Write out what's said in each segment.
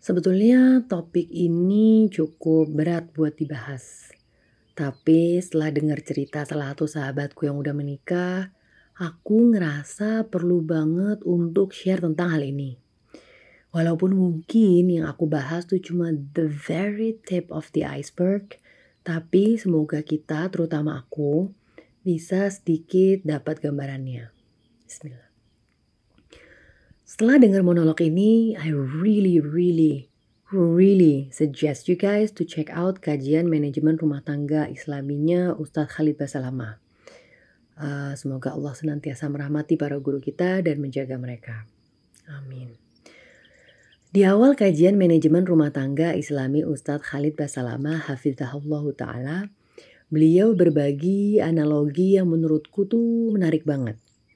Sebetulnya topik ini cukup berat buat dibahas. Tapi setelah dengar cerita salah satu sahabatku yang udah menikah, aku ngerasa perlu banget untuk share tentang hal ini. Walaupun mungkin yang aku bahas tuh cuma the very tip of the iceberg, tapi semoga kita, terutama aku, bisa sedikit dapat gambarannya. Bismillah. Setelah dengar monolog ini, I really suggest you guys to check out kajian manajemen rumah tangga Islaminya Ustadz Khalid Basalamah. Semoga Allah senantiasa merahmati para guru kita dan menjaga mereka. Amin. Di awal kajian manajemen rumah tangga Islami Ustadz Khalid Basalamah hafizahullah ta'ala, beliau berbagi analogi yang menurutku tuh menarik banget.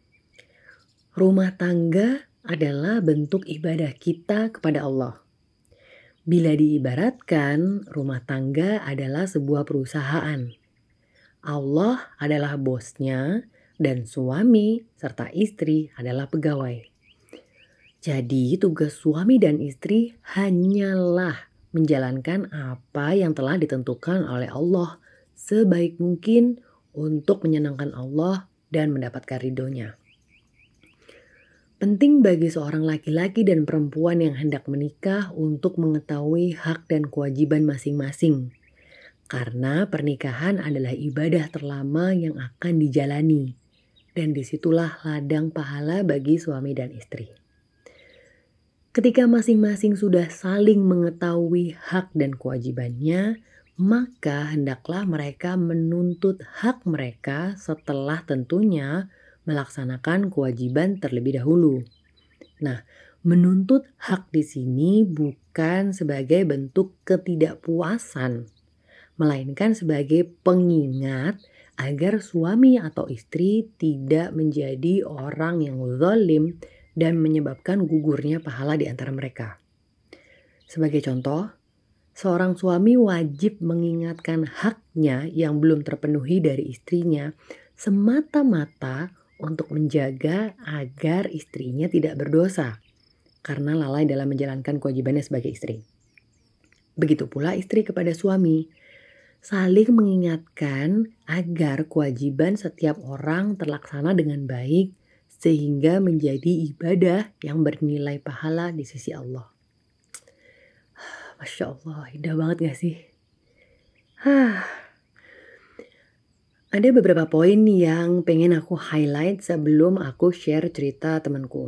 Rumah tangga adalah bentuk ibadah kita kepada Allah. Bila diibaratkan, rumah tangga adalah sebuah perusahaan. Allah adalah bosnya dan suami serta istri adalah pegawai. Jadi tugas suami dan istri hanyalah menjalankan apa yang telah ditentukan oleh Allah sebaik mungkin untuk menyenangkan Allah dan mendapatkan ridhonya. Penting bagi seorang laki-laki dan perempuan yang hendak menikah untuk mengetahui hak dan kewajiban masing-masing. Karena pernikahan adalah ibadah terlama yang akan dijalani. Dan disitulah ladang pahala bagi suami dan istri. Ketika masing-masing sudah saling mengetahui hak dan kewajibannya, maka hendaklah mereka menuntut hak mereka setelah tentunya melaksanakan kewajiban terlebih dahulu. Nah, menuntut hak di sini bukan sebagai bentuk ketidakpuasan, melainkan sebagai pengingat agar suami atau istri tidak menjadi orang yang zalim dan menyebabkan gugurnya pahala di antara mereka. Sebagai contoh, seorang suami wajib mengingatkan haknya yang belum terpenuhi dari istrinya semata-mata untuk menjaga agar istrinya tidak berdosa karena lalai dalam menjalankan kewajibannya sebagai istri. Begitu pula istri kepada suami, saling mengingatkan agar kewajiban setiap orang terlaksana dengan baik sehingga menjadi ibadah yang bernilai pahala di sisi Allah. Masya Allah, indah banget gak sih? Ada beberapa poin yang pengen aku highlight sebelum aku share cerita temanku.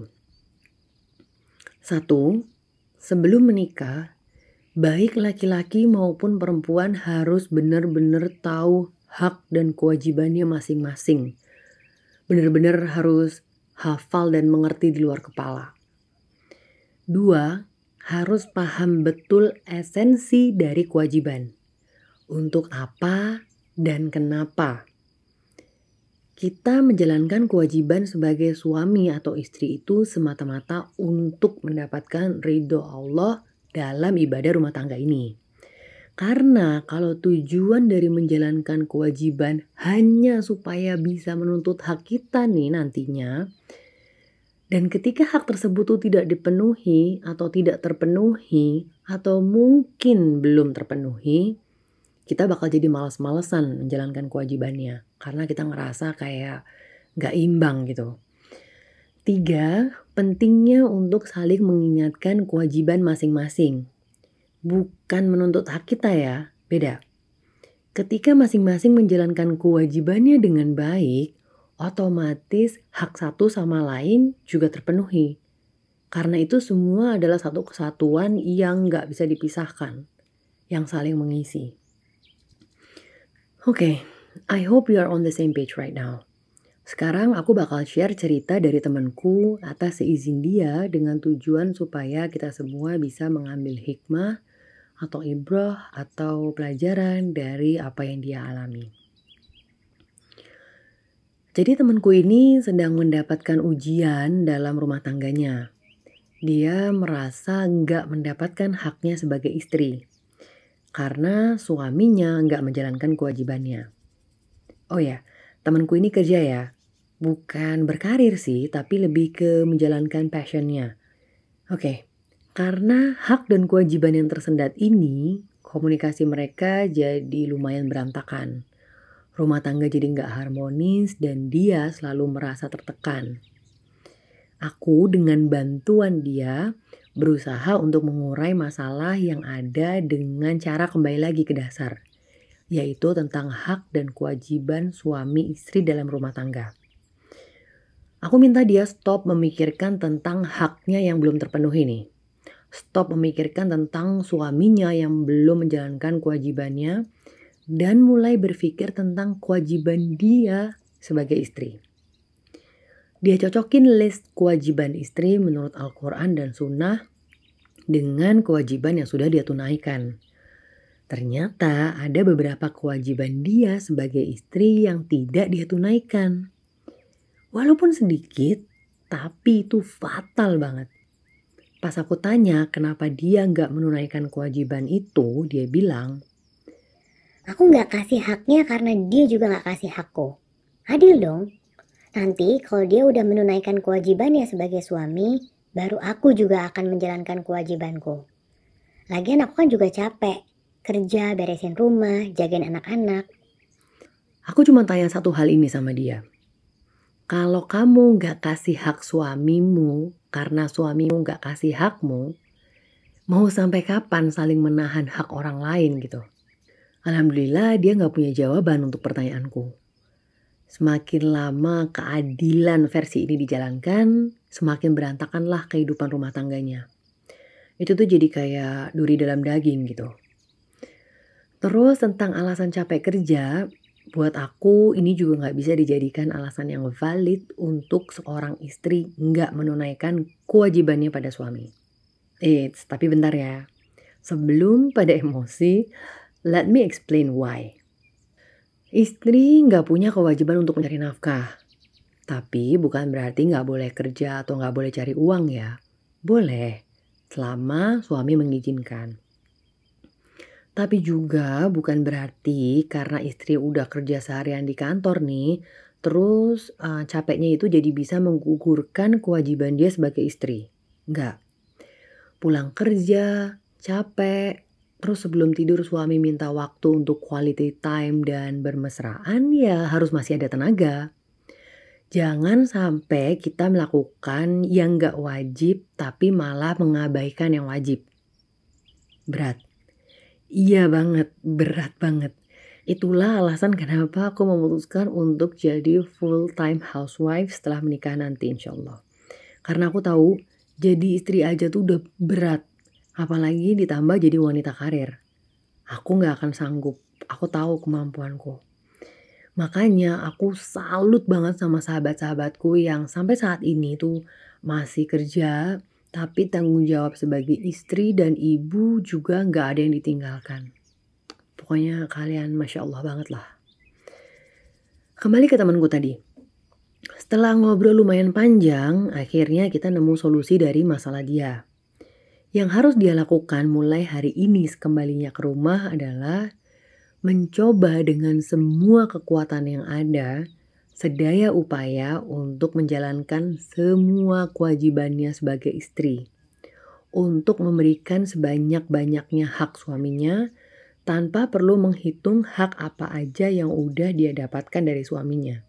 1. Sebelum menikah, baik laki-laki maupun perempuan harus benar-benar tahu hak dan kewajibannya masing-masing. Benar-benar harus hafal dan mengerti di luar kepala. 2. Harus paham betul esensi dari kewajiban. Untuk apa dan kenapa kita menjalankan kewajiban sebagai suami atau istri itu semata-mata untuk mendapatkan ridho Allah dalam ibadah rumah tangga ini. Karena kalau tujuan dari menjalankan kewajiban hanya supaya bisa menuntut hak kita nih nantinya, dan ketika hak tersebut tuh tidak dipenuhi atau tidak terpenuhi atau mungkin belum terpenuhi, kita bakal jadi malas-malesan menjalankan kewajibannya. Karena kita ngerasa kayak gak imbang gitu. 3. Pentingnya untuk saling mengingatkan kewajiban masing-masing. Bukan menuntut hak kita ya, beda. Ketika masing-masing menjalankan kewajibannya dengan baik, otomatis hak satu sama lain juga terpenuhi. Karena itu semua adalah satu kesatuan yang gak bisa dipisahkan, yang saling mengisi. Okay, I hope we are on the same page right now. Sekarang aku bakal share cerita dari temanku atas seizin dia dengan tujuan supaya kita semua bisa mengambil hikmah atau ibrah atau pelajaran dari apa yang dia alami. Jadi temanku ini sedang mendapatkan ujian dalam rumah tangganya. Dia merasa nggak mendapatkan haknya sebagai istri karena suaminya nggak menjalankan kewajibannya. Oh ya, temanku ini kerja ya, bukan berkarir sih, tapi lebih ke menjalankan passionnya. Oke, Karena hak dan kewajiban yang tersendat ini, komunikasi mereka jadi lumayan berantakan. Rumah tangga jadi nggak harmonis dan dia selalu merasa tertekan. Aku dengan bantuan dia berusaha untuk mengurai masalah yang ada dengan cara kembali lagi ke dasar, yaitu tentang hak dan kewajiban suami istri dalam rumah tangga. Aku minta dia stop memikirkan tentang haknya yang belum terpenuhi nih. Stop memikirkan tentang suaminya yang belum menjalankan kewajibannya dan mulai berpikir tentang kewajiban dia sebagai istri. Dia cocokin list kewajiban istri menurut Al-Quran dan Sunnah dengan kewajiban yang sudah dia tunaikan. Ternyata ada beberapa kewajiban dia sebagai istri yang tidak dia tunaikan. Walaupun sedikit, tapi itu fatal banget. Pas aku tanya kenapa dia nggak menunaikan kewajiban itu, dia bilang, Aku nggak kasih haknya karena dia juga nggak kasih hakku. Adil dong. Nanti kalau dia udah menunaikan kewajibannya sebagai suami, baru aku juga akan menjalankan kewajibanku. Lagian aku kan juga capek. Kerja, beresin rumah, jagain anak-anak. aku cuma tanya satu hal ini sama dia. Kalau kamu nggak kasih hak suamimu karena suamimu nggak kasih hakmu, mau sampai kapan saling menahan hak orang lain gitu? Alhamdulillah dia nggak punya jawaban untuk pertanyaanku. Semakin lama keadilan versi ini dijalankan, semakin berantakanlah kehidupan rumah tangganya. Itu tuh jadi kayak duri dalam daging gitu. Terus tentang alasan capek kerja, buat aku ini juga nggak bisa dijadikan alasan yang valid untuk seorang istri nggak menunaikan kewajibannya pada suami. Tapi bentar ya. Sebelum pada emosi, let me explain why. Istri nggak punya kewajiban untuk mencari nafkah. Tapi bukan berarti nggak boleh kerja atau nggak boleh cari uang ya. Boleh, selama suami mengizinkan. Tapi juga bukan berarti karena istri udah kerja seharian di kantor nih, terus capeknya itu jadi bisa menggugurkan kewajiban dia sebagai istri. Enggak. Pulang kerja, capek, terus sebelum tidur suami minta waktu untuk quality time dan bermesraan, ya harus masih ada tenaga. Jangan sampai kita melakukan yang nggak wajib tapi malah mengabaikan yang wajib. Berat. Iya banget, berat banget. Itulah alasan kenapa aku memutuskan untuk jadi full time housewife setelah menikah nanti insya Allah. Karena aku tahu jadi istri aja tuh udah berat. Apalagi ditambah jadi wanita karir. Aku gak akan sanggup. Aku tahu kemampuanku. Makanya aku salut banget sama sahabat-sahabatku yang sampai saat ini tuh masih kerja, tapi tanggung jawab sebagai istri dan ibu juga gak ada yang ditinggalkan. Pokoknya kalian Masya Allah banget lah. Kembali ke temanku tadi. Setelah ngobrol lumayan panjang, akhirnya kita nemu solusi dari masalah dia. Yang harus dia lakukan mulai hari ini kembalinya ke rumah adalah mencoba dengan semua kekuatan yang ada, sedaya upaya untuk menjalankan semua kewajibannya sebagai istri. Untuk memberikan sebanyak-banyaknya hak suaminya, tanpa perlu menghitung hak apa aja yang udah dia dapatkan dari suaminya.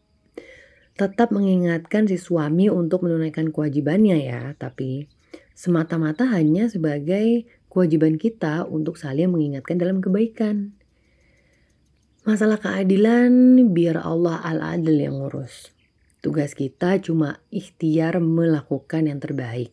Tetap mengingatkan si suami untuk menunaikan kewajibannya ya, tapi semata-mata hanya sebagai kewajiban kita untuk saling mengingatkan dalam kebaikan. Masalah keadilan biar Allah Al-Adil yang ngurus. Tugas kita cuma ikhtiar melakukan yang terbaik.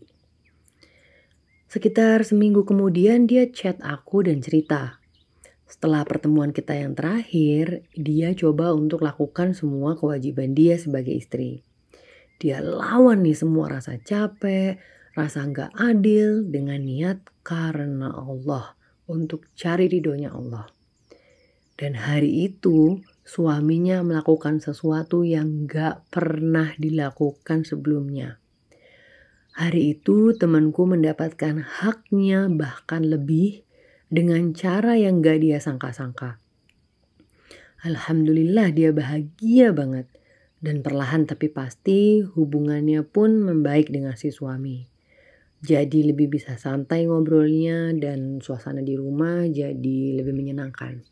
Sekitar seminggu kemudian dia chat aku dan cerita. Setelah pertemuan kita yang terakhir, dia coba untuk lakukan semua kewajiban dia sebagai istri. Dia lawan nih semua rasa capek, rasa gak adil dengan niat karena Allah, untuk cari ridhonya Allah. Dan hari itu suaminya melakukan sesuatu yang gak pernah dilakukan sebelumnya. Hari itu temanku mendapatkan haknya bahkan lebih dengan cara yang gak dia sangka-sangka. Alhamdulillah dia bahagia banget. Dan perlahan tapi pasti hubungannya pun membaik dengan si suami. Jadi lebih bisa santai ngobrolnya dan suasana di rumah jadi lebih menyenangkan.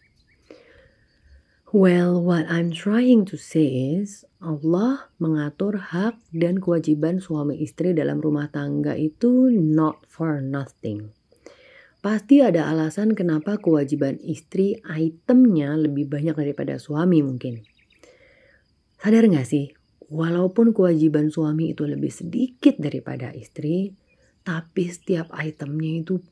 Well, what I'm trying to say is Allah mengatur hak dan kewajiban suami istri dalam rumah tangga itu not for nothing. Pasti ada alasan kenapa kewajiban istri itemnya lebih banyak daripada suami mungkin. Sadar gak sih, walaupun kewajiban suami itu lebih sedikit daripada istri, tapi setiap itemnya itu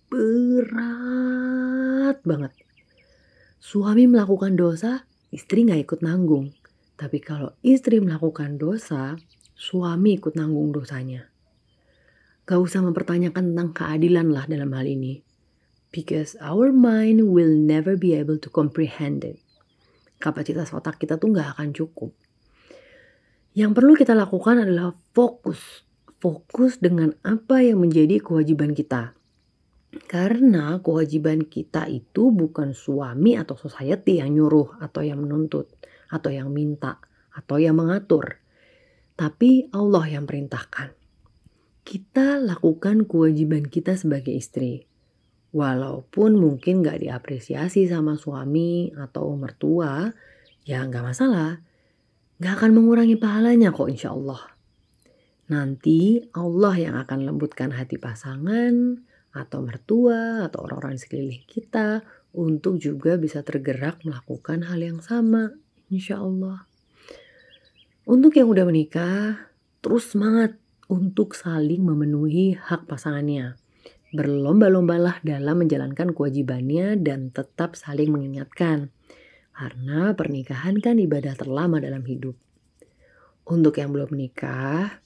berat banget. Suami melakukan dosa, istri gak ikut nanggung. Tapi kalau istri melakukan dosa, suami ikut nanggung dosanya. Gak usah mempertanyakan tentang keadilan lah dalam hal ini. Because our mind will never be able to comprehend it. Kapasitas otak kita tuh gak akan cukup. Yang perlu kita lakukan adalah fokus. Fokus dengan apa yang menjadi kewajiban kita. Karena kewajiban kita itu bukan suami atau society yang nyuruh atau yang menuntut atau yang minta atau yang mengatur. Tapi Allah yang perintahkan. Kita lakukan kewajiban kita sebagai istri. Walaupun mungkin gak diapresiasi sama suami atau mertua, ya gak masalah. Gak akan mengurangi pahalanya kok insya Allah. Nanti Allah yang akan lembutkan hati pasangan atau mertua atau orang-orang di sekeliling kita untuk juga bisa tergerak melakukan hal yang sama insya Allah. Untuk yang udah menikah, terus semangat untuk saling memenuhi hak pasangannya. Berlomba-lombalah dalam menjalankan kewajibannya dan tetap saling mengingatkan. Karena pernikahan kan ibadah terlama dalam hidup. Untuk yang belum menikah,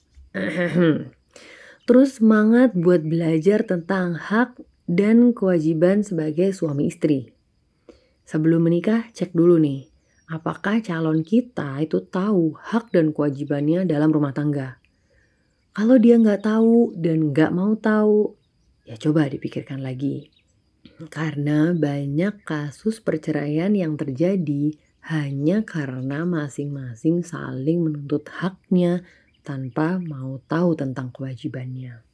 terus semangat buat belajar tentang hak dan kewajiban sebagai suami istri. Sebelum menikah, cek dulu nih, apakah calon kita itu tahu hak dan kewajibannya dalam rumah tangga. Kalau dia nggak tahu dan nggak mau tahu, ya coba dipikirkan lagi. Karena banyak kasus perceraian yang terjadi hanya karena masing-masing saling menuntut haknya tanpa mau tahu tentang kewajibannya.